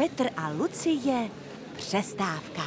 Petr a Lucie, přestávka.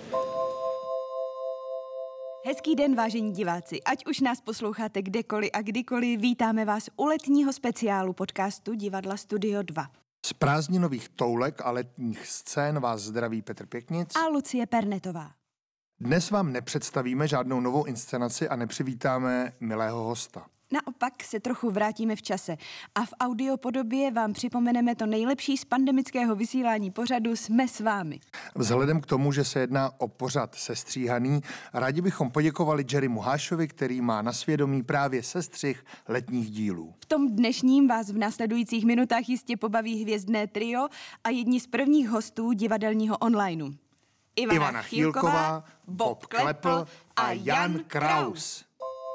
Hezký den, vážení diváci. Ať už nás posloucháte kdekoliv a kdykoliv, vítáme vás u letního speciálu podcastu Divadla Studio 2. Z prázdninových toulek a letních scén vás zdraví Petr Pěknic A Lucie Pernetová. Dnes vám nepředstavíme žádnou novou inscenaci a nepřivítáme milého hosta. Naopak se trochu vrátíme v čase a v audiopodobě vám připomeneme to nejlepší z pandemického vysílání pořadu Jsme s vámi. Vzhledem k tomu, že se jedná o pořad sestříhaný, rádi bychom poděkovali Jerrymu Hášovi, který má na svědomí právě sestřih letních dílů. V tom dnešním vás v následujících minutách jistě pobaví hvězdné trio a jedni z prvních hostů divadelního onlineu. Ivana Chýlková, Bob Klepl a Jan Kraus.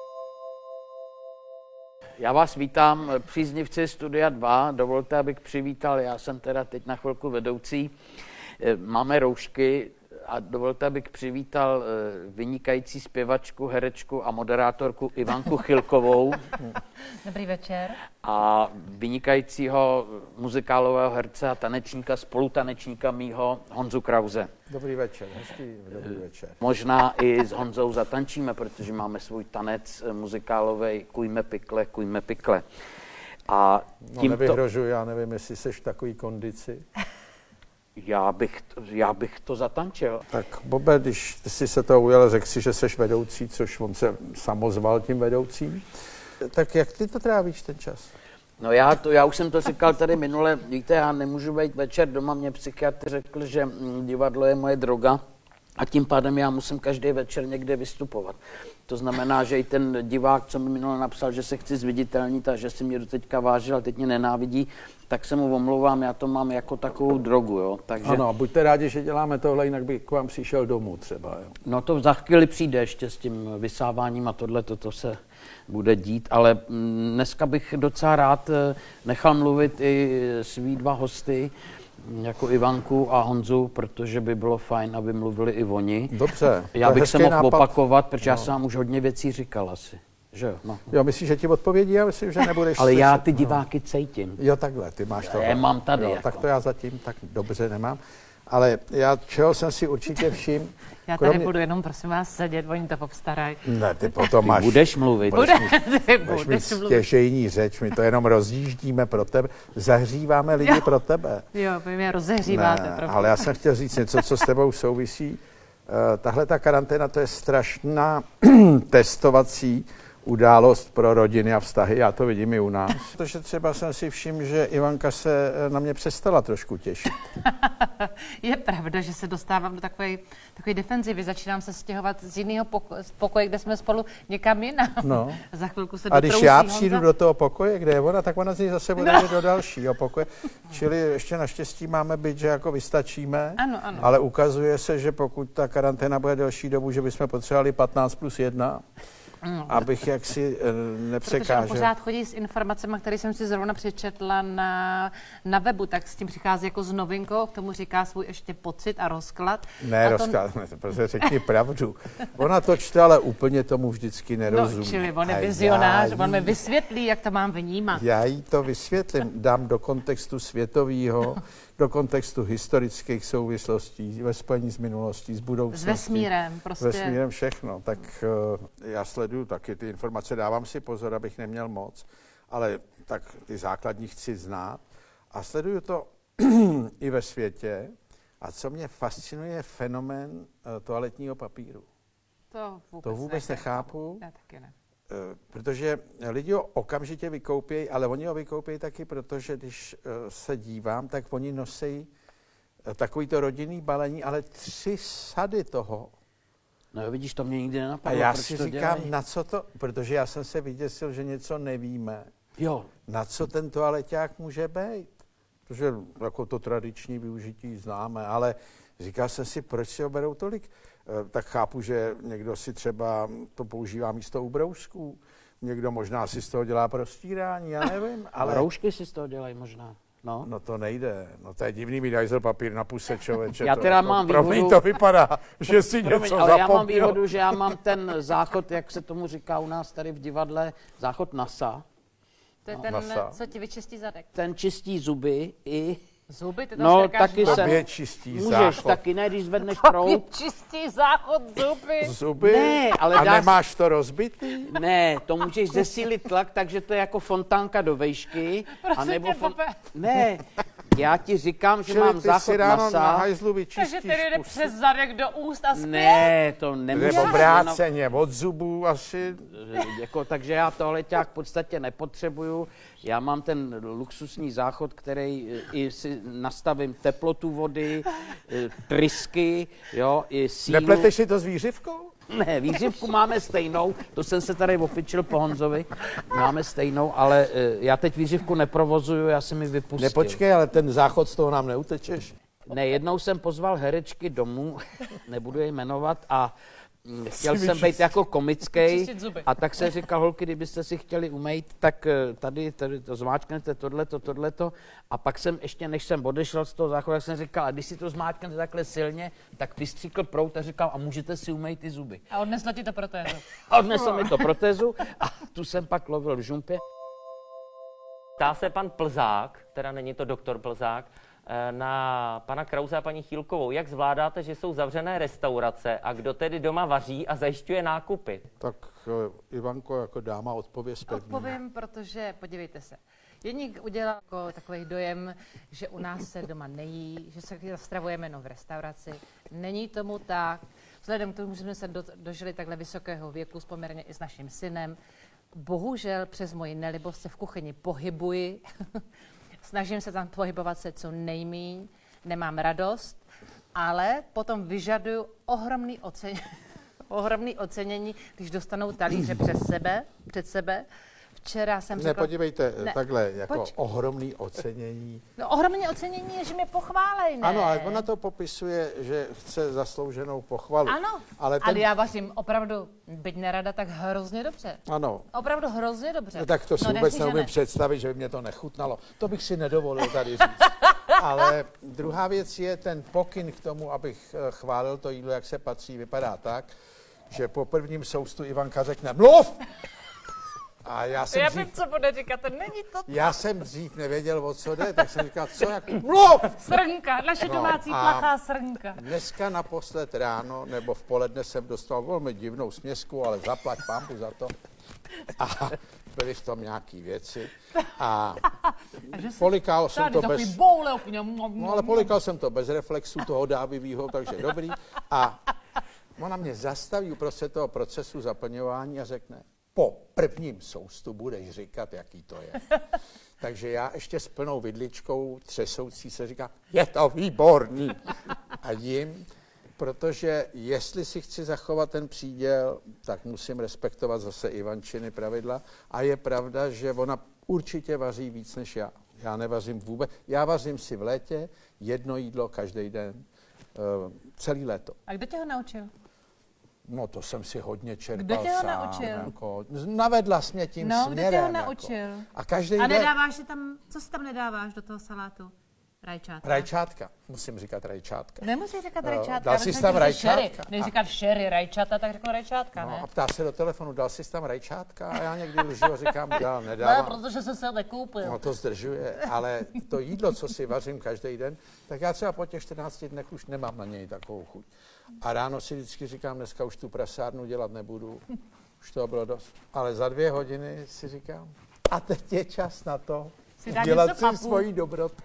Já vás vítám, příznivci Studia 2. Dovolte, abych přivítal, já jsem teda teď na chvilku vedoucí. Máme roušky a dovolte, abych přivítal vynikající zpěvačku, herečku a moderátorku Ivanku Chýlkovou. Dobrý večer. A vynikajícího muzikálového herce a tanečníka, spolutanečníka mýho Honzu Krause. Dobrý večer, hezký dobrý večer. Možná i s Honzou zatančíme, protože máme svůj tanec muzikálovej Kujme pikle. A tímto... No nevyhrožuji, já nevím, jestli jsi v takové kondici. Já bych to zatančil. Tak Bobe, když jsi se to ujel, řekl si, že jsi vedoucí, což on se samozval tím vedoucím. Tak jak ty to trávíš ten čas? No já už jsem to říkal tady minule, víte, já nemůžu být večer doma, mě psychiatr řekl, že divadlo je moje droga a tím pádem já musím každý večer někde vystupovat. To znamená, že i ten divák, co mi minule napsal, že se chci zviditelnit a že si mě doteďka vážil a teď mě nenávidí, tak se mu omlouvám, já to mám jako takovou drogu, jo. Takže... Ano, buďte rádi, že děláme tohle, jinak by k vám přišel domů třeba, jo. No to za chvíli přijde ještě s tím vysáváním a to se bude dít, ale dneska bych docela rád nechal mluvit i svý dva hosty, jako Ivanku a Honzu, protože by bylo fajn, aby mluvili i oni. Dobře. Já bych se mohl opakovat, protože já jsem vám už hodně věcí říkal asi. Že jo? No. Jo, myslíš, že ti odpovědí? Já myslím, že nebudeš ale slyšet. Já ty diváky cítím. Jo, takhle, ty máš to. Já mám tady. Jo, jako. Tak to já zatím tak dobře nemám. Ale čeho jsem si určitě všiml. Já tady budu jenom, prosím vás, sedět, oni to povstarají. Ne, ty potom máš... Budeš mluvit. Budeš mít stěžejní řeč, my to jenom rozjíždíme pro tebe, zahříváme lidi pro tebe. Jo, vy mě rozehříváte. Ne, ale já jsem chtěl říct něco, co s tebou souvisí. Tahle ta karanténa, to je strašná testovací událost pro rodiny a vztahy, já to vidím i u nás. Protože třeba jsem si všiml, že Ivanka se na mě přestala trošku těšit. Je pravda, že se dostávám do takové defenzivy, začínám se stěhovat z jiného pokoje, kde jsme spolu někam jinam. No. Za chvilku se a když já přijdu Honza. do toho pokoje, kde je ona, tak ona z něj zase bude jít do dalšího pokoje. Čili ještě naštěstí máme být, že jako vystačíme, Ano. Ale ukazuje se, že pokud ta karanténa bude delší dobu, že bychom potřebovali 15+1, abych jaksi nepřekážel. Protože on pořád chodí s informacemi, které jsem si zrovna přečetla na webu, tak s tím přichází jako s novinkou, k tomu říká svůj ještě pocit a rozklad. Ne, rozklad, protože řekni pravdu. Ona to čte, ale úplně tomu vždycky nerozumí. No, čili on je vizionář, on mi vysvětlí, jak to mám vnímat. Já jí to vysvětlím, dám do kontextu světového, do kontextu historických souvislostí, ve spojení s minulostí, s budoucností. S vesmírem, prostě. Vesmírem všechno. Tak já sleduju taky ty informace, dávám si pozor, abych neměl moc, ale tak ty základní chci znát a sleduju to i ve světě. A co mě fascinuje, je fenomén toaletního papíru. To vůbec nechápu. Já taky ne. Protože lidi ho okamžitě vykoupějí, ale oni ho vykoupějí taky, protože když se dívám, tak oni nosí takovýto rodinný balení, ale 3 sady toho. No vidíš, to mě nikdy nenapadlo. A já si říkám, na co to, protože já jsem se vyděsil, že něco nevíme. Jo. Na co ten toaleťák může být? Protože jako to tradiční využití známe, ale říkal jsem si, proč si ho berou tolik? Tak chápu, že někdo si třeba to používá místo ubrousků, někdo možná si z toho dělá prostírání, já nevím, ale... Roušky si z toho dělají možná. No to nejde, no to je divný mít hajzel papír na puse, člověče. Já teda mám výhodu... Promiň, to vypadá, že si něco zapomněl. Ale já mám výhodu, že já mám ten záchod, jak se tomu říká u nás tady v divadle, záchod NASA. To je ten, NASA. co ti vyčistí zadek. Ten čistí zuby i Zuby, ty to No, štěkáš taky zuby. jsem. Tobě čistý Můžeš záchod. taky, ne, když zvedneš Tobě proud. čistý záchod zuby. Zuby? Ne, ale a dá nemáš to rozbitý? Ne, to můžeš zesílit tlak, takže to je jako fontánka do vejšky. Prosím tě, Tope. Ne, já ti říkám, že Čili mám ty si záchod ráno masa. na hajzlu vyčistíš Takže tedy jde pusy? přes zadek do úst a zpět. Ne, to nemůžeš. Nebo obráceně, od zubů asi. Jako, takže já tohle ťák v podstatě nepotřebuju. Já mám ten luxusní záchod, který i si nastavím teplotu vody, trysky, jo, i sílu. Nepleteš si to s výřivkou? Ne, výřivku máme stejnou, to jsem se tady opičil po Honzovi, máme stejnou, ale já teď výřivku neprovozuju, já jsem ji vypustil. Nepočkej, ale ten záchod z toho nám neutečeš. Ne, jednou jsem pozval herečky domů, nebudu je jmenovat, a chtěl jsem být jako komický Vyčistit zuby. a tak jsem říkal, holky, kdybyste si chtěli umýt, tak tady to zmáčknete, tohleto. A pak jsem ještě, než jsem odešel z toho záchodu, tak jsem říkal, a když si to zmáčknete takhle silně, tak vystříkl proud a říkal, a můžete si umýt ty zuby. A odnesla ti to protézu. A odnesl mi to protézu a tu jsem pak lovil v žumpě. Ptá se pan Plzák, teda není to doktor Plzák, na pana Krause a paní Chýlkovou. Jak zvládáte, že jsou zavřené restaurace a kdo tedy doma vaří a zajišťuje nákupy? Tak Ivanko, jako dáma, odpověz pevně. Odpovím, protože podívejte se. Jedník udělal jako takový dojem, že u nás se doma nejí, že se stravujeme jenom v restauraci. Není tomu tak. Vzhledem k tomu, že jsme se dožili takhle vysokého věku, poměrně i s naším synem, bohužel přes moji nelibost se v kuchyni pohybuji. Snažím se tam pohybovat se co nejmíň, nemám radost, ale potom vyžaduju ohromný ocenění, když dostanou talíře před sebe. Včera jsem řekla... Podívejte, Ne, takhle, jako pojď. ohromný ocenění. No, ohromné ocenění je, že mě pochválej, ne? Ano, ale ona to popisuje, že chce zaslouženou pochvalu. Ano, ale ale já vařím opravdu, byť nerada, tak hrozně dobře. Ano. Opravdu hrozně dobře. No, tak to si vůbec jasně, že neumím ne. představit, že by mě to nechutnalo. To bych si nedovolil tady říct. Ale druhá věc je ten pokyn k tomu, abych chválil to jídlo, jak se patří, vypadá tak, že po prvním soustu Ivanka řekne mluv! A já Vím, co bude říkat, to není to. Já jsem dřív nevěděl, o co jde, tak jsem říkal, co, jak mluv! Srnka, naše domácí plachá srnka. Dneska naposled ráno, nebo v poledne jsem dostal velmi divnou směsku, ale zaplať pampu za to. A byly v tom nějaký věci. A polikal jsem to bez... No, ale polikal jsem to bez reflexu toho dávivýho, takže dobrý. A ona mě zastaví uprostřed toho procesu zaplňování a řekne, po prvním soustu budeš říkat, jaký to je. Takže já ještě s plnou vidličkou třesoucí se říká, je to výborný. A jim, protože jestli si chci zachovat ten příděl, tak musím respektovat zase Ivančiny pravidla. A je pravda, že ona určitě vaří víc než já. Já nevařím vůbec. Já vařím si v létě jedno jídlo každý den, celý léto. A kdo tě ho naučil? No to jsem si hodně čerpal Kdo tě ho sám, naučil? Jako, navedla jsi mě tím No, směrem. kdo tě ho jako. naučil? A každý A den... nedáváš si tam, co si tam nedáváš do toho salátu? Rajčátka. Rajčátka. Musím říkat rajčátka. Nemusíš říkat rajčátka. dal jsi myslím, tam že rajčátka. sherry. Když říkáš sherry, rajčata, tak řeknu rajčátka, No, ne? a ptá se do telefonu, dal jsi tam rajčátka? A já někdy lžu a říkám, dál, Ne, nedávám. protože jsem se ho nekoupil. No to zdržuje, ale to jídlo, co si vařím každý den, tak já třeba po těch 14 dnech už nemám na něj takovou chuť. A ráno si vždycky říkám, dneska už tu prasárnu dělat nebudu, už toho bylo dost. Ale za 2 hodiny si říkám, a teď je čas na to, Si dá dělat něco si papu. svoji dobrotu.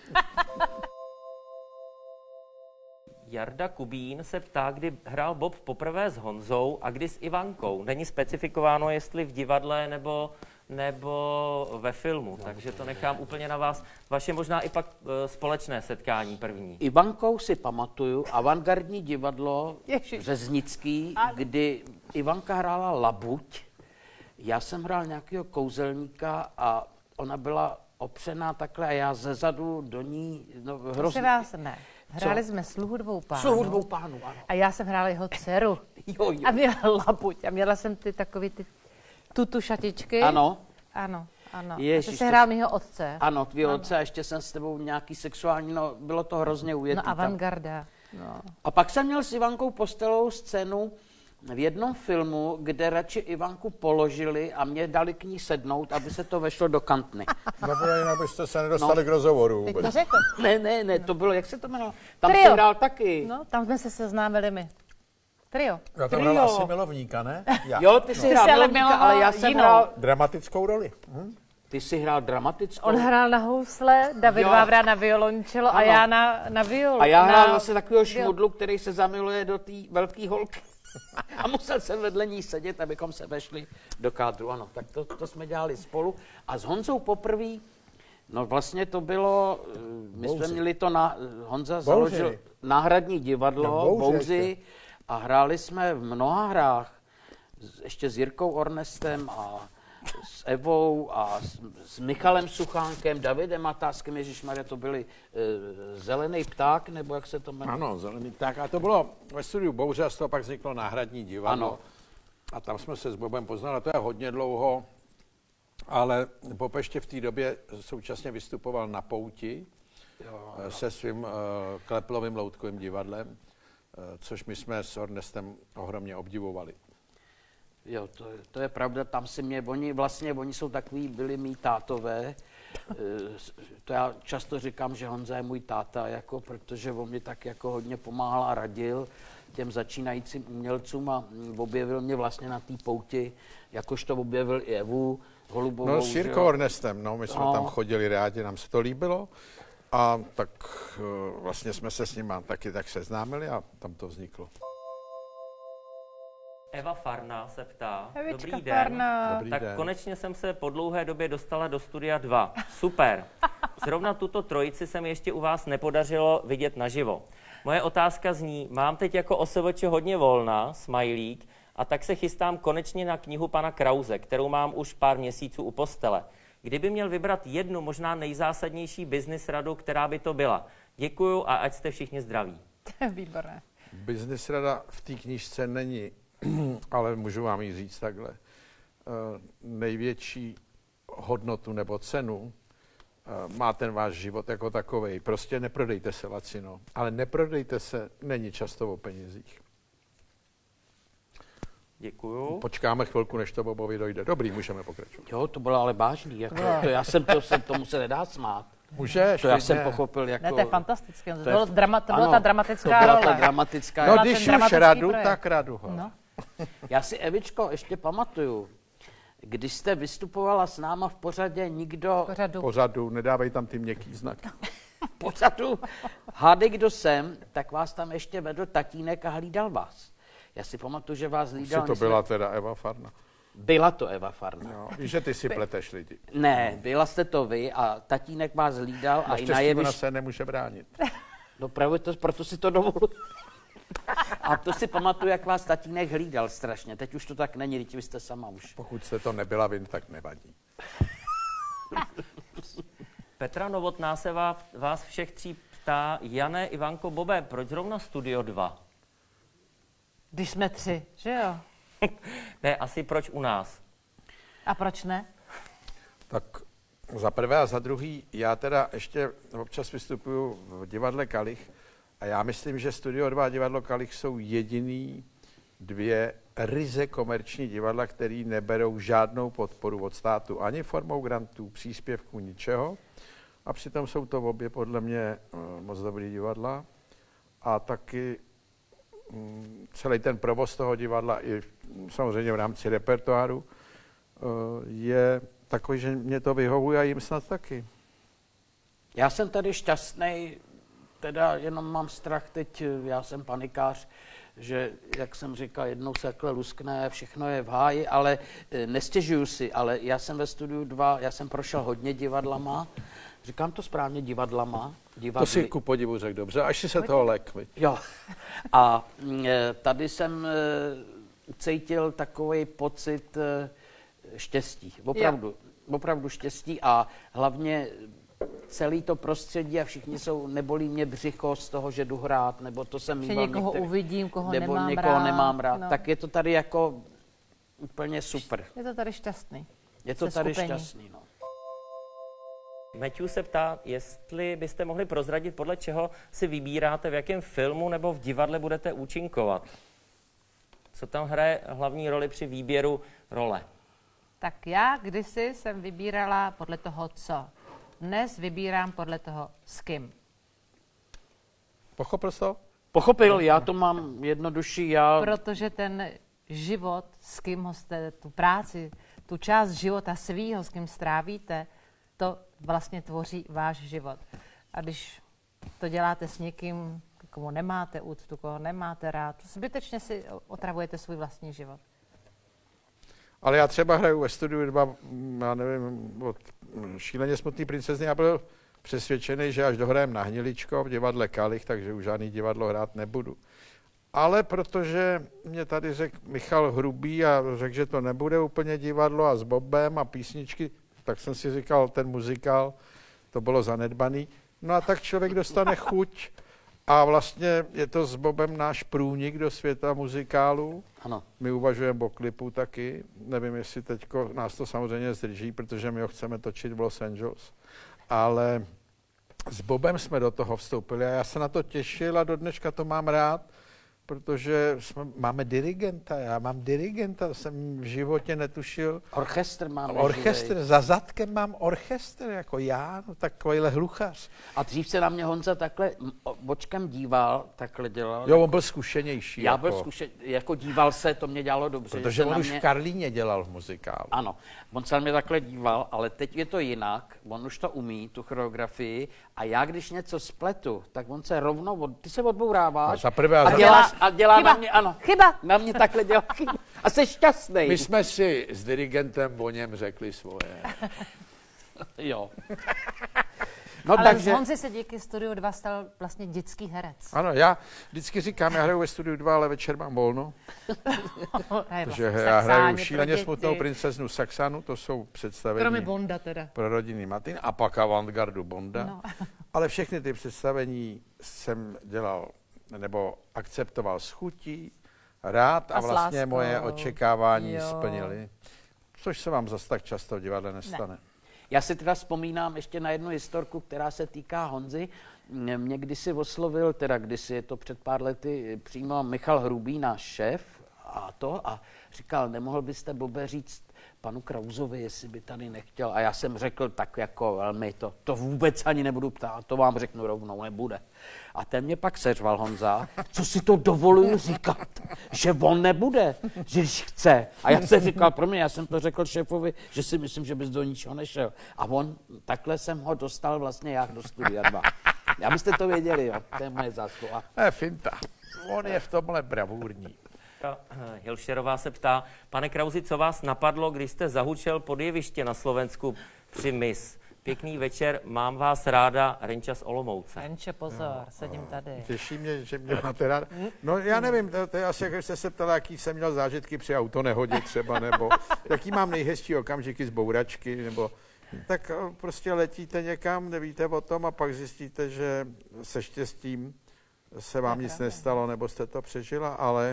Jarda Kubín se ptá, kdy hrál Bob poprvé s Honzou a kdy s Ivankou. Není specifikováno, jestli v divadle nebo ve filmu, takže to nechám úplně na vás. Vaše možná i pak společné setkání první. Ivankou si pamatuju avantgardní divadlo Ježiš. Řeznický, kdy Ivanka hrála Labuť, já jsem hrál nějakého kouzelníka a ona byla opřená takhle a já zezadu do ní, no Prosím hrozně. vás, ne. Hráli jsme Sluhu 2 pánů. Sluhu 2 pánů, ano. A já jsem hrála jeho dceru. Jo. A měla labuť. A měla jsem ty takový ty tutu šatičky. Ano. Ano. Ježiš, a ty jsi hrál mýho otce. Ano, tvýho otce, a ještě jsem s tebou nějaký sexuální, no bylo to hrozně ujetý. No avantgarda. No. A pak jsem měl s Ivankou Postelou scénu v jednom filmu, kde radši Ivanku položili a mě dali k ní sednout, aby se to vešlo do kantny. No, jinak byste se nedostali k rozhovoru Teď vůbec. to řekl. Ne, to bylo, jak se to jmenovalo? Tam Trio. jsem hrál taky. No, tam jsme se seznámili my. Trio. Já tam hrál asi milovníka, ne? Já. Jo, ty jsi hrál jsi ale milovníka, ale já jsem jinou. hrál... Dramatickou roli. Ty jsi hrál dramatickou. On hrál na housle, David Jo. Vávra na violončelo a Ano. já na violu. A já hrál na... zase takového šmudlu, který se zamiluje do té velké holky. A musel jsem vedle ní sedět, abychom se vešli do kádru. Ano, tak to jsme dělali spolu. A s Honzou poprvé, no vlastně to bylo, my jsme měli to Honza založil náhradní divadlo, Bouři, a hráli jsme v mnoha hrách, ještě s Jirkou Ornestem a s Evou a s Michalem Suchánkem, Davidem Matáskem, ježišmarja, to byli Zelený pták, nebo jak se to jmenuje? Ano, Zelený pták. A to bylo ve studiu Bouře a z toho pak vzniklo náhradní divadlo. Ano. A tam jsme se s Bobem poznali, to je hodně dlouho, ale Bob ještě v té době současně vystupoval na Pouti se svým Kleplovým loutkovým divadlem, což my jsme s Ornestem ohromně obdivovali. Jo, to je pravda, tam si mě, oni jsou takový, byli mý tátové, to já často říkám, že Honza je můj táta, jako, protože on mě tak jako hodně pomáhal a radil těm začínajícím umělcům a objevil mě vlastně na té Pouti, jakož to objevil i Evu Holubovou. No s Jirkou Ornestem, no, my jsme tam chodili rádi, nám se to líbilo a tak vlastně jsme se s ním taky tak seznámili a tam to vzniklo. Eva Farna se ptá. Evička Dobrý den. Farna. Dobrý Tak den. konečně jsem se po dlouhé době dostala do Studia 2. Super. Zrovna tuto trojici se mi ještě u vás nepodařilo vidět naživo. Moje otázka zní, mám teď jako OSVČ hodně volna, smajlík, a tak se chystám konečně na knihu pana Krause, kterou mám už pár měsíců u postele. Kdyby měl vybrat jednu, možná nejzásadnější business radu, která by to byla. Děkuju a ať jste všichni zdraví. Výborné. Business rada v té knížce není, ale můžu vám ji říct takhle. Největší hodnotu nebo cenu má ten váš život jako takovej. Prostě neprodejte se lacino, ale neprodejte se není často o penězích. Děkuju. Počkáme chvilku, než to Bobovi dojde. Dobrý, můžeme pokračovat. Jo, to bylo ale vážný, jako, tomu se nedá smát. Můžeš, To já klidně. jsem pochopil jako... Ne, to je fantastické. To je- byla ta dramatická to byla role. ta dramatická No, Byla když ten už dramatický radu, projekt. tak radu. No. Já si, Evičko, ještě pamatuju, když jste vystupovala s náma v pořadě Nikdo Pořadu. Pořadu, nedávej tam ty měkký znaky. pořadu Hádej, kdo jsem, tak vás tam ještě vedl tatínek a hlídal vás. Já si pamatuju, že vás hlídal... Co to byla teda Eva Farna? Byla to Eva Farna. Jo, víš, že ty si pleteš lidi. Ne, byla jste to vy a tatínek vás hlídal a i na Naštěstí ona jevišti... se nemůže bránit. No právě to, proto si to dovoluji. A to si pamatuju, jak vás tatínek hlídal strašně. Teď už to tak není, teď vy jste sama už. Pokud jste to nebyla vy, tak nevadí. Petra Novotná se vás všech tří ptá, Jane, Ivanko, Bobe, proč zrovna Studio 2? Když jsme 3, že jo? Ne, asi proč u nás? A proč ne? Tak za prvé a za druhý, já teda ještě občas vystupuju v divadle Kalich a já myslím, že Studio 2 a divadlo Kalich jsou jediný dvě ryze komerční divadla, které neberou žádnou podporu od státu, ani formou grantů, příspěvků, ničeho. A přitom jsou to obě podle mě moc dobrý divadla. A taky celý ten provoz toho divadla i samozřejmě v rámci repertoáru je takový, že mě to vyhovuje a jim snad taky. Já jsem tady šťastný, teda jenom mám strach teď, já jsem panikář, že, jak jsem říkal, jednou se takhle luskne, všechno je v háji, ale nestěžuju si, ale já jsem ve Studiu 2, já jsem prošel hodně divadlama, říkám to správně, divadlama. To si ku podivu řekl dobře, až si se toho lekli. Jo. A tady jsem cítil takový pocit štěstí, opravdu štěstí a hlavně celý to prostředí a všichni jsou, nebolí mě břicho z toho, že jdu hrát, nebo to jsem Že někoho uvidím, koho nebo nemám někoho rád. nemám rád. No. Tak je to tady jako úplně super. Je to tady šťastný. Je to Se tady skupení. šťastný, no. Matthew se ptá, jestli byste mohli prozradit, podle čeho si vybíráte, v jakém filmu nebo v divadle budete účinkovat. Co tam hraje hlavní roli při výběru role? Tak já kdysi jsem vybírala podle toho, co. Dnes vybírám podle toho, s kým. Pochopil jsi to? Pochopil, já to mám jednodušší, Protože ten život, s kým ho jste, tu práci, tu část života svýho, s kým strávíte, to vlastně tvoří váš život. A když to děláte s někým, komu nemáte úctu, koho nemáte rád, zbytečně si otravujete svůj vlastní život. Ale já třeba hraju ve Studiu 2, já nevím, od Šíleně smutný princezny, já byl přesvědčený, že až dohrajem na Hniličko v divadle Kalich, takže už žádný divadlo hrát nebudu. Ale protože mě tady řekl Michal Hrubý a řekl, že to nebude úplně divadlo a s Bobem a písničky, tak jsem si říkal, ten muzikál, to bylo zanedbaný. No a tak člověk dostane chuť a vlastně je to s Bobem náš průnik do světa muzikálu. Ano. My uvažujeme o klipu taky. Nevím, jestli teďko nás to samozřejmě zdrží, protože my ho chceme točit v Los Angeles. Ale s Bobem jsme do toho vstoupili a já se na to těšil a do dneška to mám rád, protože máme dirigenta, já mám dirigenta, jsem v životě netušil. Orchestr máme. Orchestr, za zadkem mám orchestr, jako já, no takovýhle hluchař. A dřív se na mě Honza takhle bočkem díval, takhle dělal. Jo, on byl zkušenější. Já byl jako díval se, to mě dělalo dobře. Protože on už v Karlíně dělal v muzikálu. Ano, on se na mě takhle díval, ale teď je to jinak, on už to umí, tu choreografii, a já když něco spletu, tak on se rovnou, ty se odbouráváš a dělá chyba. Na mě, ano. Chyba. Na mě takhle dělá chyba. A jsi šťastnej. My jsme si s dirigentem o něm řekli svoje. Jo. No, Ale takže... Honzi se díky Studiu 2 stal vlastně dětský herec. Ano, já vždycky říkám, já hraju ve Studiu 2, ale večer mám volno. Takže já hraju Šíleně smutnou princeznu Saxanu, to jsou představení kromě Bonda teda. Pro rodinný Matin a pak avantgardu Bonda. No. Ale všechny ty představení jsem dělal nebo akceptoval s chutí, rád a vlastně moje očekávání splnili. Což se vám zase tak často v divadle nestane. Ne. Já si teda vzpomínám ještě na jednu historku, která se týká Honzy. Mě kdysi oslovil, teda kdysi je to před pár lety, přímo Michal Hrubý, náš šéf, a říkal, nemohl byste, Bobe, říct panu Krausovi, jestli by tady nechtěl. A já jsem řekl tak jako velmi, to vůbec ani nebudu ptát, to vám řeknu rovnou, nebude. A ten mě pak seřval, Honza, co si to dovoluju říkat, že on nebude, že když chce. A já jsem říkal, pro mě, já jsem to řekl šéfovi, že si myslím, že bys do ničeho nešel. A on, takhle jsem ho dostal vlastně já do Studia 2. Abyste to věděli, jo, to je moje zásluha. Finta, on je v tomhle bravurní. Hilšerová se ptá, pane Krausi, co vás napadlo, když jste zahučel pod jeviště na Slovensku při Miss? Pěkný večer, mám vás ráda, Renča z Olomouce. Renče, pozor, sedím tady. Těší mě, že mě máte rád. No já nevím, to je asi, jak jste se ptala, jaký jsem měl zážitky při autonehodě třeba, nebo jaký mám nejhezčí okamžiky z bouračky, nebo tak prostě letíte někam, nevíte o tom a pak zjistíte, že se štěstím se vám nic nestalo, nebo jste to přežila, ale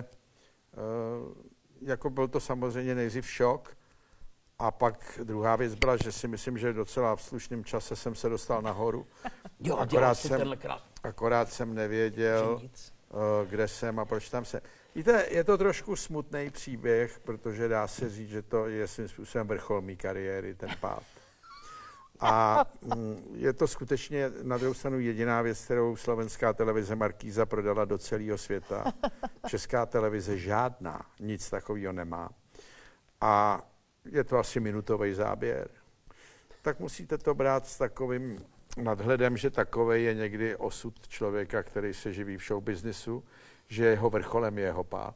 jako byl to samozřejmě nejdřív šok a pak druhá věc byla, že si myslím, že docela v slušném čase jsem se dostal nahoru. Jo, akorát jsem nevěděl, kde jsem a proč tam jsem. Víte, je to trošku smutný příběh, protože dá se říct, že to je svým způsobem vrchol mý kariéry, ten pád. A je to skutečně na druhou stranu jediná věc, kterou slovenská televize Markíza prodala do celého světa. Česká televize žádná, nic takového nemá. A je to asi minutový záběr. Tak musíte to brát s takovým nadhledem, že takovej je někdy osud člověka, který se živí v showbiznisu, že jeho vrcholem je jeho pád.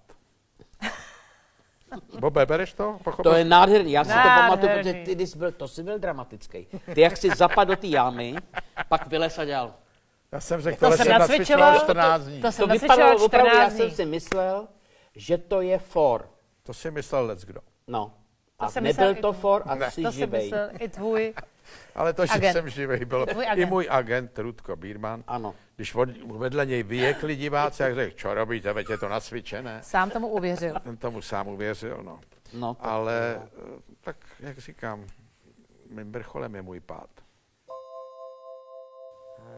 Bobe, bereš to? To je nádherný, já si to pamatuju, protože ty jsi byl dramatický. Ty jak jsi zapadl do té jámy, pak vylez a dělal. Já jsem řekl, to jsem nacvičoval 14 dní. To vypadalo opravdu, já jsem si myslel, že to je for. To si myslel leckdo. No. A nebyl to for a jsi živej. To si myslel i tvůj ale to, že jsem živej, byl i můj agent Rudko Bírman. Ano. Když vedle něj vyjekli diváci, jak řekl, čo robíte, veď je to nacvičené. Sám tomu uvěřil. Ten tomu sám uvěřil, no. Ale tak, jak říkám, mým vrcholem je můj pád.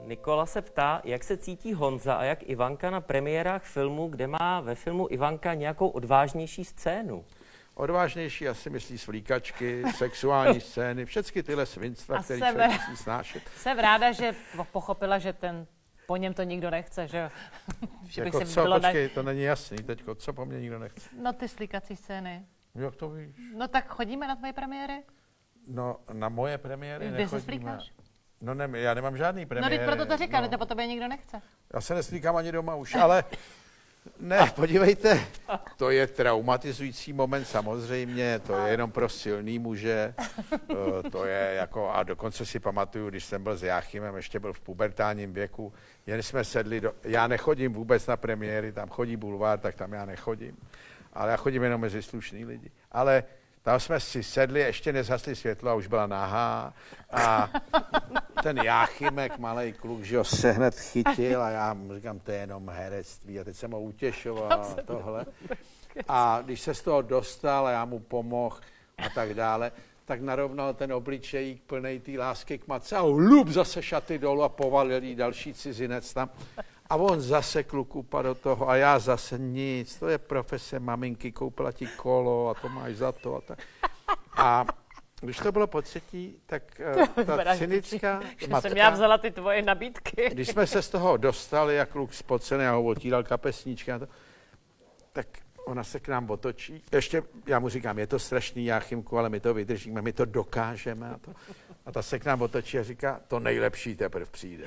Nikola se ptá, jak se cítí Honza a jak Ivanka na premiérách filmu, kde má ve filmu Ivanka nějakou odvážnější scénu. Odvážnější asi myslí svlíkačky, sexuální scény, všechny tyhle svinstva, které člověk musí snášet. Jsem ráda, že pochopila, že po něm to nikdo nechce, že jo. Jako co, počkej, to není jasný teďko, co po mně nikdo nechce? No ty slíkací scény. Jak to víš? No tak chodíme na tvoje premiéry? No, na moje premiéry Vy nechodíme. se slíkáš? No ne, já nemám žádný premiéry. No teď proto to říkám, to po tobě nikdo nechce. Já se neslíkám ani doma už, ale ne, podívejte, to je traumatizující moment samozřejmě, to je jenom pro silný muže, to je jako, a dokonce si pamatuju, když jsem byl s Jáchymem, ještě byl v pubertálním věku, jen jsme sedli, já nechodím vůbec na premiéry, tam chodí Bulvár, tak tam já nechodím, ale já chodím jenom mezi slušný lidi, ale tam jsme si sedli, ještě nezhasli světlo a už byla nahá a ten Jáchymek, malej kluk, že ho se hned chytil a já mu říkám, to je jenom herectví a teď jsem ho utěšoval a tohle. A když se z toho dostal a já mu pomohl a tak dále, tak narovnal ten obličejík plnej té lásky k matce a hlup zase šaty dolů a povalil jí další cizinec tam. A on zase kluk upadl do toho a já zase nic, to je profese maminky, koupila ti kolo a to máš za to a tak. A když to bylo po třetí, tak ta cynická matka... jsem já vzala ty tvoje nabídky. Když jsme se z toho dostali a kluk spocený a ho otíral kapesníčky a to, tak ona se k nám otočí. Ještě, já mu říkám, je to strašný, Jáchymku, ale my to vydržíme, my to dokážeme. A ta se k nám otočí a říká, to nejlepší teprve přijde.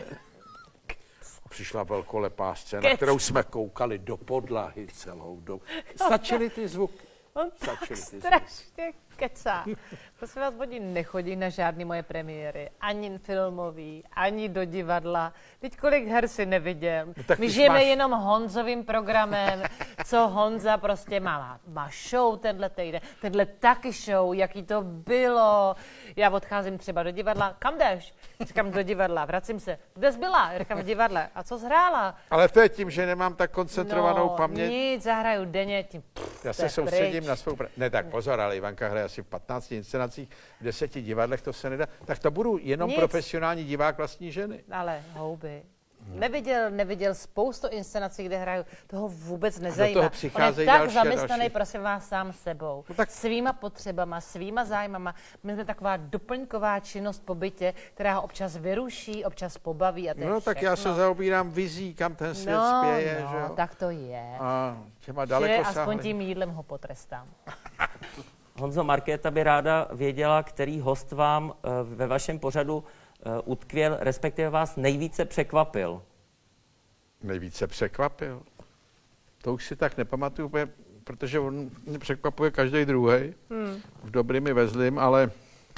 A přišla velkolepá scéna, kterou jsme koukali do podlahy celou dobu. Stačily ty zvuky. On tak strašně kecá. Prosím vás, oni nechodí na žádný moje premiéry, ani filmový, ani do divadla. Teď kolik her si neviděl. No, my žijeme jenom Honzovým programem, co Honza prostě má show tenhle týden, tenhle taky show, jaký to bylo. Já odcházím třeba do divadla, kam jdeš? Říkám do divadla, vracím se. Kde jsi byla? Říkám v divadle. A co jsi hrála? Ale to je tím, že nemám tak koncentrovanou paměť. Nic, zahraju denně, tím já se soustředím na svou Ne, tak pozor, ale Ivanka hraje asi v 15 inscenacích, v 10 divadlech, to se nedá. Tak to budu jenom profesionální divák vlastní ženy. Ale houby. Neviděl spoustu inscenací, kde hraju. Toho vůbec nezajímá. Do toho přicházejí on je tak další zaměstnaný, prosím vás, sám sebou. No tak... Svýma potřebama, svýma zájmama. My jsme taková doplňková činnost po bytě, která ho občas vyruší, občas pobaví a to je tak všechno. já se zaobírám vizí, kam ten svět spěje, že jo? Tak to je. A těma dalekosáhlým. Aspoň tím jídlem ho potrestám. Honzo, Markéta by ráda věděla, který host vám ve vašem pořadu utkvěl, respektive vás nejvíce překvapil. Nejvíce překvapil? To už si tak nepamatuju, protože on mě překvapuje každý druhý, v dobrým i ve zlým, ale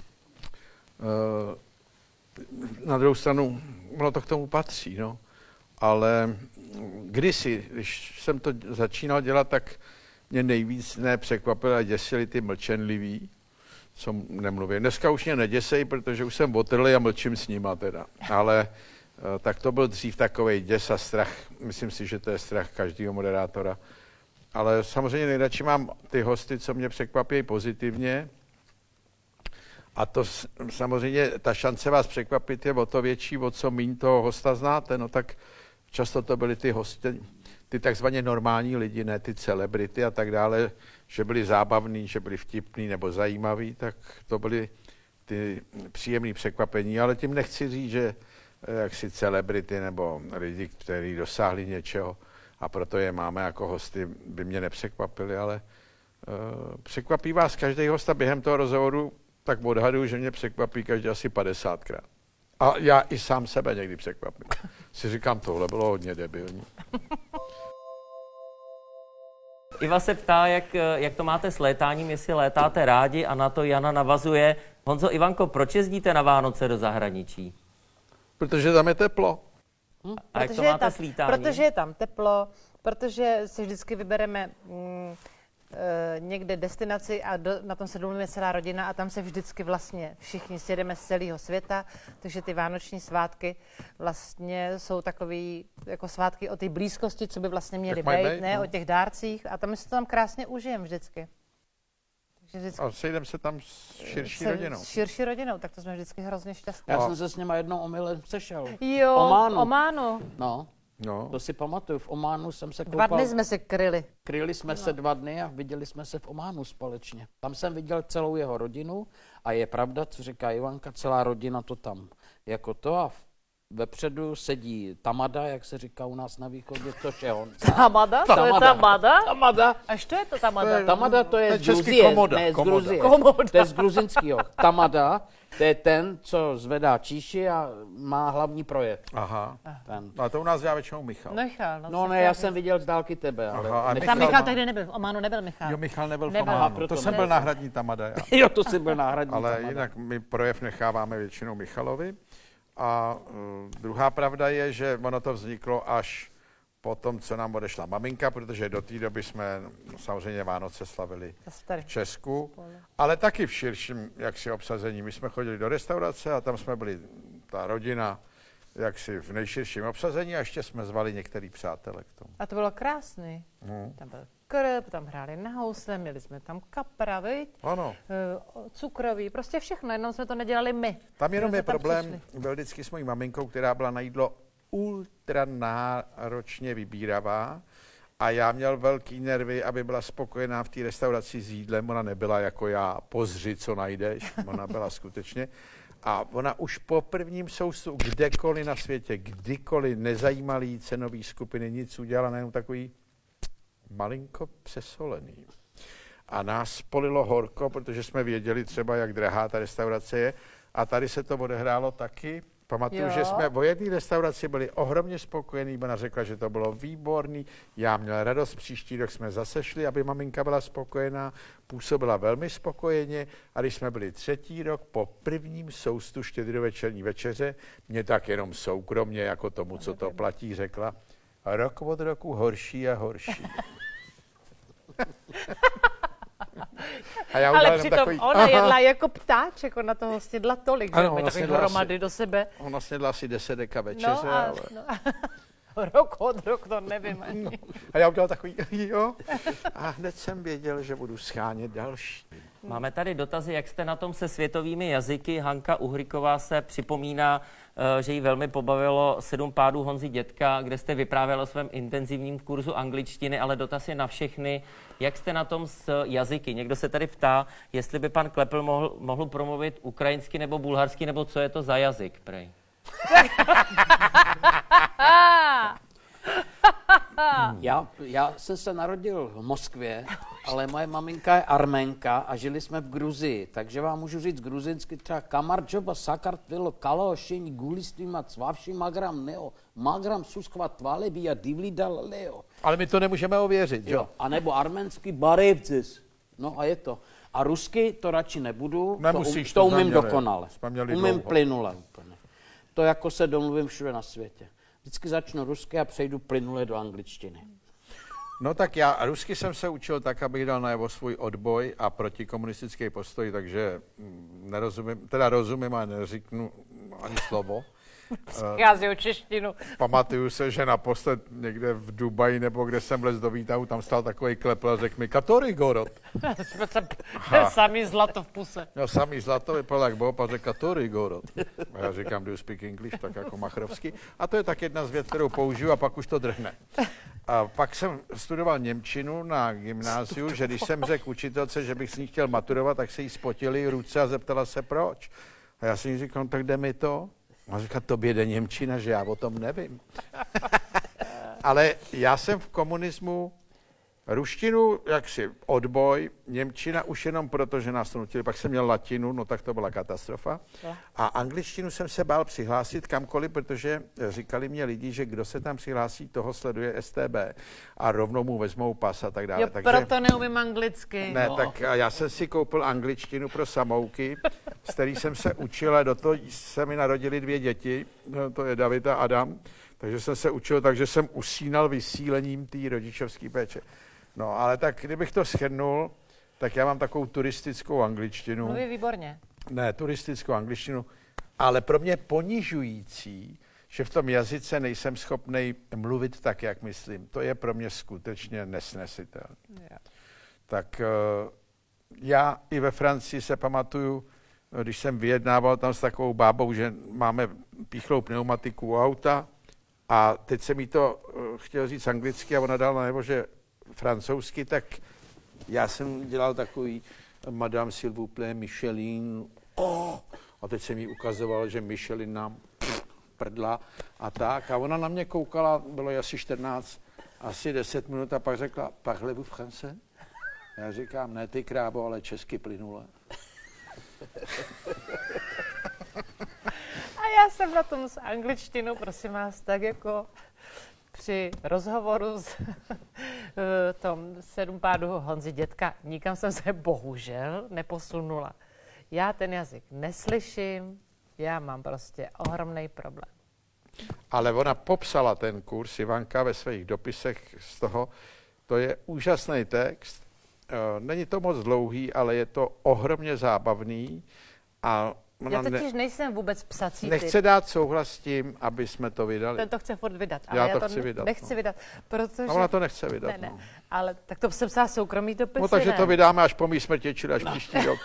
na druhou stranu, ono to k tomu patří, no. Ale kdysi, když jsem to začínal dělat, tak mě nejvíc nepřekvapilo a děsili ty mlčenliví, co nemluví. Dneska už mě neděsej, protože už jsem otrlý a mlčím s nima teda. Ale tak to byl dřív takovej děs a strach. Myslím si, že to je strach každého moderátora. Ale samozřejmě nejradši mám ty hosty, co mě překvapí pozitivně. A to samozřejmě, ta šance vás překvapit je o to větší, o co míň toho hosta znáte. No tak často to byly ty hosty, ty takzvaně normální lidi, ne ty celebrity a tak dále, že byli zábavní, že byli vtipní nebo zajímaví, tak to byly ty příjemné překvapení. Ale tím nechci říct, že jaksi celebrity nebo lidi, kteří dosáhli něčeho a proto je máme jako hosty, by mě nepřekvapili, ale překvapí vás každý host a během toho rozhovoru tak odhaduju, že mě překvapí každý asi 50krát. A já i sám sebe někdy překvapím. Si říkám, tohle bylo hodně debilní. Iva se ptá, jak to máte s létáním, jestli létáte rádi, a na to Jana navazuje. Honzo, Ivanko, proč jezdíte na Vánoce do zahraničí? Protože tam je teplo. A jak to máte s lítáním? Protože je tam teplo, protože si vždycky vybereme někde destinaci a na tom se domluvíme celá rodina a tam se vždycky vlastně všichni sjedeme z celého světa, takže ty vánoční svátky vlastně jsou takový jako svátky o té blízkosti, co by vlastně měly být, ne, o těch dárcích a tam si to tam krásně užijeme vždycky. A sejdeme se tam s širší rodinou. S širší rodinou, tak to jsme vždycky hrozně šťastní. Já jsem se s nima jednou omylem sešel. Jo, Ománu. No, to si pamatuju. V Ománu jsem se koupal. 2 dny jsme se kryli. Kryli jsme se 2 dny a viděli jsme se v Ománu společně. Tam jsem viděl celou jeho rodinu a je pravda, co říká Ivanka, celá rodina to tam jako to a vepředu sedí tamada, jak se říká u nás na východě, což je on. Tamada? To je tamada? Tamada. Až to je to tamada? Tamada to je z český Gruzie, komoda. ne z Komoda. Gruzie. Komoda. To je z gruzinského. Tamada, to je ten, co zvedá číši a má hlavní projev. Aha. Ten. A to u nás dělá většinou Michal. Michal. No ne, já jsem viděl z dálky tebe, ale... Aha, a Tam Michal tehdy nebyl, v Ománu nebyl Michal. Jo, Michal nebyl v Nebyl. Ománu. proto To jsem ne. byl náhradní tamada já. Jo, to si byl náhradní Ale Tamada. jinak my projev necháváme většinou Michalovi. A druhá pravda je, že ono to vzniklo až po tom, co nám odešla maminka, protože do té doby jsme samozřejmě Vánoce slavili v Česku, ale taky v širším jaksi obsazení. My jsme chodili do restaurace a tam jsme byli ta rodina jaksi v nejširším obsazení a ještě jsme zvali některý přátelé k tomu. A to bylo krásný. Tam byl krb, tam hráli na housle, měli jsme tam kapra, viď? Ano. Cukroví, prostě všechno, jenom jsme to nedělali my. Tam jenom je jsme tam problém, přišli. byl vždycky s mojí maminkou, která byla na jídlo ultra náročně vybíravá a já měl velký nervy, aby byla spokojená v té restauraci s jídlem. Ona nebyla jako já, pozři, co najdeš, ona byla skutečně. A ona už po prvním soustu kdekoliv na světě, kdykoliv nezajímalý cenový skupiny, nic udělala, nejenom takový malinko přesolený. A nás polilo horko, protože jsme věděli třeba, jak drahá ta restaurace je. A tady se to odehrálo taky. Pamatuju, že jsme v jedné restauraci byli ohromně spokojení, ona řekla, že to bylo výborný, já měl radost, příští rok jsme zase šli, aby maminka byla spokojená, působila velmi spokojeně a když jsme byli 3. rok po prvním soustu štědrovečerní večeře, mě tak jenom soukromně, jako tomu, co to platí, řekla, rok od roku horší a horší. A já Ale přitom takový, ona jedla jako ptáček, ona toho snědla tolik, že Ano, my ona takový snědla hromady asi- do sebe. ona snědla asi 10 deka večeře, No a, ale... rok od rok, to nevím ani. A já udělal takový, jo. A hned jsem věděl, že budu schánět další. Máme tady dotazy, jak jste na tom se světovými jazyky. Hanka Uhriková se připomíná, že jí velmi pobavilo 7 pádů Honzy Dětka, kde jste vyprávěl o svém intenzivním kurzu angličtiny, ale dotaz je na všechny. Jak jste na tom s jazyky? Někdo se tady ptá, jestli by pan Klepl mohl promluvit ukrajinsky nebo bulharsky, nebo co je to za jazyk, prej? Já jsem se narodil v Moskvě, ale moje maminka je Arménka a žili jsme v Gruzii, takže vám můžu říct gruzinsky třeba Kamarčoba, Sakartvelo, Kalošení, Gulistvima, Cvavši, Magram, Neo, Magram, Suskva, Tvalebia, Divlidal, Leo. Ale my to nemůžeme ověřit, jo? A nebo arménsky Barevcis. No a je to. A rusky to radši nebudu, Nemusíš, to to jsme umím měli. dokonale. Jsme měli Umím dlouho. plynule úplně. To jako se domluvím všude na světě. Vždycky začnu rusky a přejdu plynule do angličtiny. No tak já rusky jsem se učil tak, abych dal najevo svůj odboj a protikomunistický postoj, takže nerozumím, teda rozumím a neřeknu ani slovo. Já si o češtinu. Pamatuju se, že naposled někde v Dubaji nebo kde jsem vlez do výtahu, tam stál takový Klepl a řekl mi, Katory gorod. Samý zlato v puse. No samý zlato vypadal jak Bob a řekl, Katory gorod. A já říkám, do you speak English, tak jako machrovsky. A to je tak jedna z vět, kterou použiju a pak už to drhne. A pak jsem studoval němčinu na gymnáziu, že když jsem řekl učitelce, že bych s ní chtěl maturovat, tak se jí spotily ruce a zeptala se proč. A já jsem jí říkal, no, tak jde mi to. A říká, tobě jde němčina, že já o tom nevím. Ale já jsem v komunismu ruštinu, jaksi odboj, němčina už jenom proto, že nás to nutili, pak jsem měl latinu, no tak to byla katastrofa. A angličtinu jsem se bál přihlásit kamkoliv, protože říkali mě lidi, že kdo se tam přihlásí, toho sleduje STB a rovnou mu vezmou pas a tak dále. Jo, Takže, proto neumím anglicky. ne, tak já jsem si koupil angličtinu pro samouky, z který jsem se učil a do toho se mi narodili 2 děti, no, to je David a Adam, takže jsem se učil, takže jsem usínal vysílením té rodičovské péče. No, ale tak kdybych to shrnul, tak já mám takovou turistickou angličtinu. Mluví výborně. Ne, turistickou angličtinu, ale pro mě ponižující, že v tom jazyce nejsem schopný mluvit tak, jak myslím. To je pro mě skutečně nesnesitelné. Yeah. Tak já i ve Francii se pamatuju, když jsem vyjednával tam s takovou bábou, že máme píchlou pneumatiku u auta a teď jsem jí to chtěl říct anglicky a ona dala najevo, že francouzsky, tak já jsem dělal takový Madame s'il vous plaît, Michelin, a teď jsem jí ukazoval, že Michelin nám prdla a tak. A ona na mě koukala, bylo asi 14, asi 10 minut a pak řekla, parlez-vous français? Já říkám, ne ty krábo, ale česky plynule. A já jsem na tom s angličtinou, prosím vás, tak jako při rozhovoru s tom 7 pádů Honzi Dětka, nikam jsem se bohužel neposunula. Já ten jazyk neslyším, já mám prostě ohromný problém. Ale ona popsala ten kurz, Ivanka, ve svých dopisech z toho. To je úžasný text. Není to moc dlouhý, ale je to ohromně zábavný. A já totiž nejsem vůbec psací typ. Nechce dát souhlas s tím, aby jsme to vydali. Ten to chce furt vydat, ale já to chci vydat, nechci vydat, protože... A ona to nechce vydat. Ne, ale tak to jsem psala soukromý dopisy, no takže to vydáme až po mý smrti, čili až příští rok.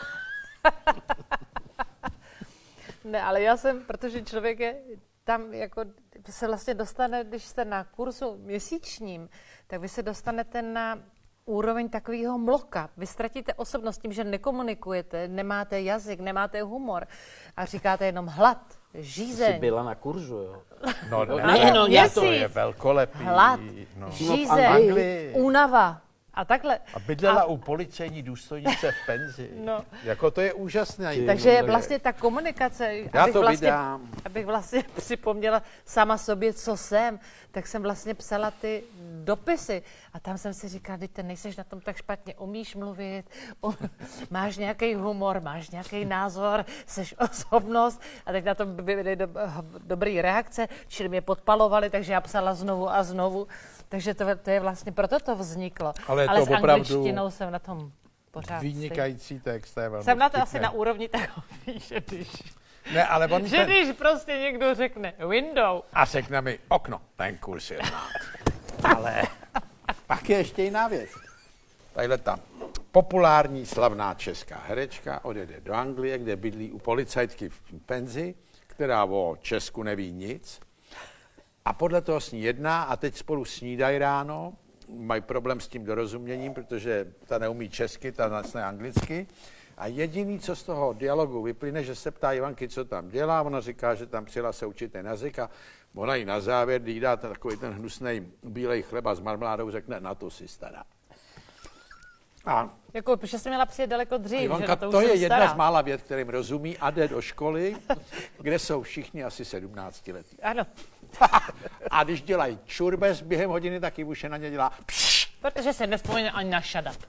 Ne, ale já jsem, protože člověk je tam jako se vlastně dostane, když jste na kurzu měsíčním, tak vy se dostanete na úroveň takového mloka. Vy ztratíte osobnost tím, že nekomunikujete, nemáte jazyk, nemáte humor a říkáte jenom hlad, žízeň. Jsi byla na kurzu, jo? No, to je velkolepý. Hlad, žízeň, únava. A takhle. A bydlela u policejní důstojnice v penzi. No. Jako to je úžasné. Takže vlastně ta komunikace, abych vlastně připomněla sama sobě, co jsem, tak jsem vlastně psala ty dopisy. A tam jsem si říkala, ty nejseš na tom tak špatně, umíš mluvit, máš nějaký humor, máš nějaký názor, seš osobnost. A teď na to byly dobrý reakce, čili mě podpalovali, takže já psala znovu a znovu. Takže to je vlastně, proto to vzniklo. Ale s angličtinou jsem na tom pořád. Vynikající text, to je velmi jsem na to asi na úrovni takový, že když prostě někdo řekne window. A řekne mi okno, ten kurz je znát. Ale pak je ještě jiná věc. Tadyhle ta populární slavná česká herečka odjede do Anglie, kde bydlí u policajtky v penzi, která o Česku neví nic. A podle toho s ní jedná a teď spolu snídají ráno, mají problém s tím dorozuměním, protože ta neumí česky, ta ne anglicky. A jediný, co z toho dialogu vyplyne, že se ptá Ivanky, co tam dělá, ona říká, že tam přijela se učit ten jazyk a ona jí na závěr, když dá takový ten hnusnej bílej chleba s marmeládou, řekne, na to si stará. A jako, že jsem měla přijet daleko dřív, Ivanka, že na to to už je jedna stará. z mála vět, kterým rozumí a jde do školy, kde jsou všichni asi 17 letí. Ano. A když dělají čurbes během hodiny, taky už je na ně dělá Protože se nevzpomíná ani na shut up.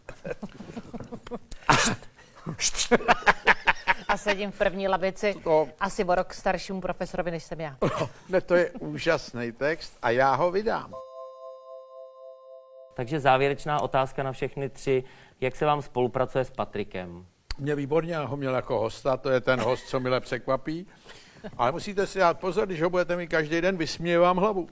A sedím v první lavici asi o rok staršímu profesorovi, než jsem já. Ne, to je úžasný text a já ho vydám. Takže závěrečná otázka na všechny tři. Jak se vám spolupracuje s Patrikem? Mě výborně, já ho měl jako hosta, to je ten host, co mile překvapí. Ale musíte si dát pozor, když ho budete mít každý den, vysměje vám hlavu.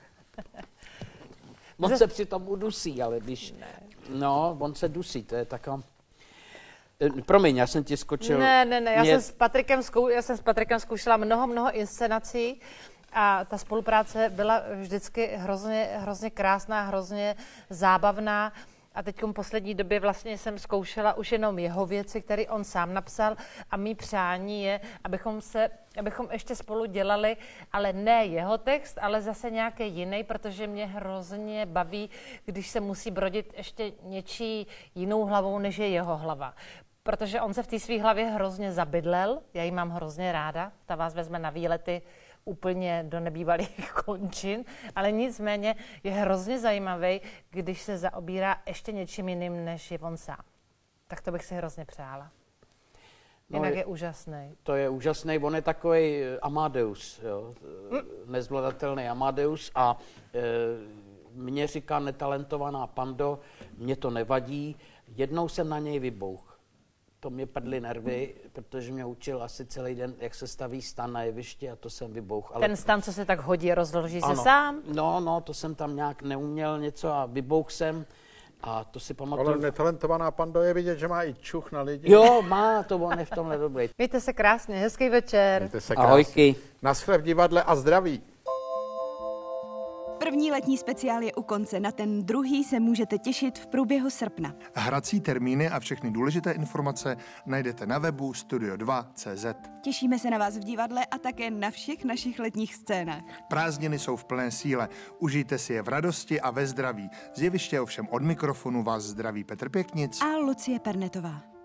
On se přitom udusí, ale když... No, on se dusí, to je taková... Promiň, já jsem ti skočil... Ne, já jsem s Patrikem zkoušela mnoho inscenací a ta spolupráce byla vždycky hrozně krásná, hrozně zábavná. A teď v poslední době vlastně jsem zkoušela už jenom jeho věci, které on sám napsal a mý přání je, abychom ještě spolu dělali, ale ne jeho text, ale zase nějaký jiný, protože mě hrozně baví, když se musí brodit ještě něčí jinou hlavou, než je jeho hlava. Protože on se v té své hlavě hrozně zabydlel, já ji mám hrozně ráda, ta vás vezme na výlety úplně do nebývalých končin, ale nicméně je hrozně zajímavý, když se zaobírá ještě něčím jiným, než je on sám. Tak to bych si hrozně přála. Jinak je úžasný. To je úžasný, on je takový Amadeus, jo? Nezvladatelný Amadeus a mě říká netalentovaná Pando, mě to nevadí, jednou jsem na něj vybouch. To mě padly nervy, protože mě učil asi celý den, jak se staví stan na jevišti a to jsem vybouch. Ale... Ten stan, co se tak hodí, rozloží se sám? No, to jsem tam nějak neuměl něco a vybouch jsem. A to si pamatuju. Ale netalentovaná Pando je vidět, že má i čuch na lidi. Jo, má, to on je v tomhle dobrý. Mějte se krásně, hezký večer. Mějte se krásně. Ahojky. Naschle v divadle a zdraví. První letní speciál je u konce, na ten druhý se můžete těšit v průběhu srpna. Hrací termíny a všechny důležité informace najdete na webu studio2.cz. Těšíme se na vás v divadle a také na všech našich letních scénách. Prázdniny jsou v plné síle. Užijte si je v radosti a ve zdraví. Z jeviště ovšem od mikrofonu vás zdraví Petr Pěknic A Lucie Pernetová.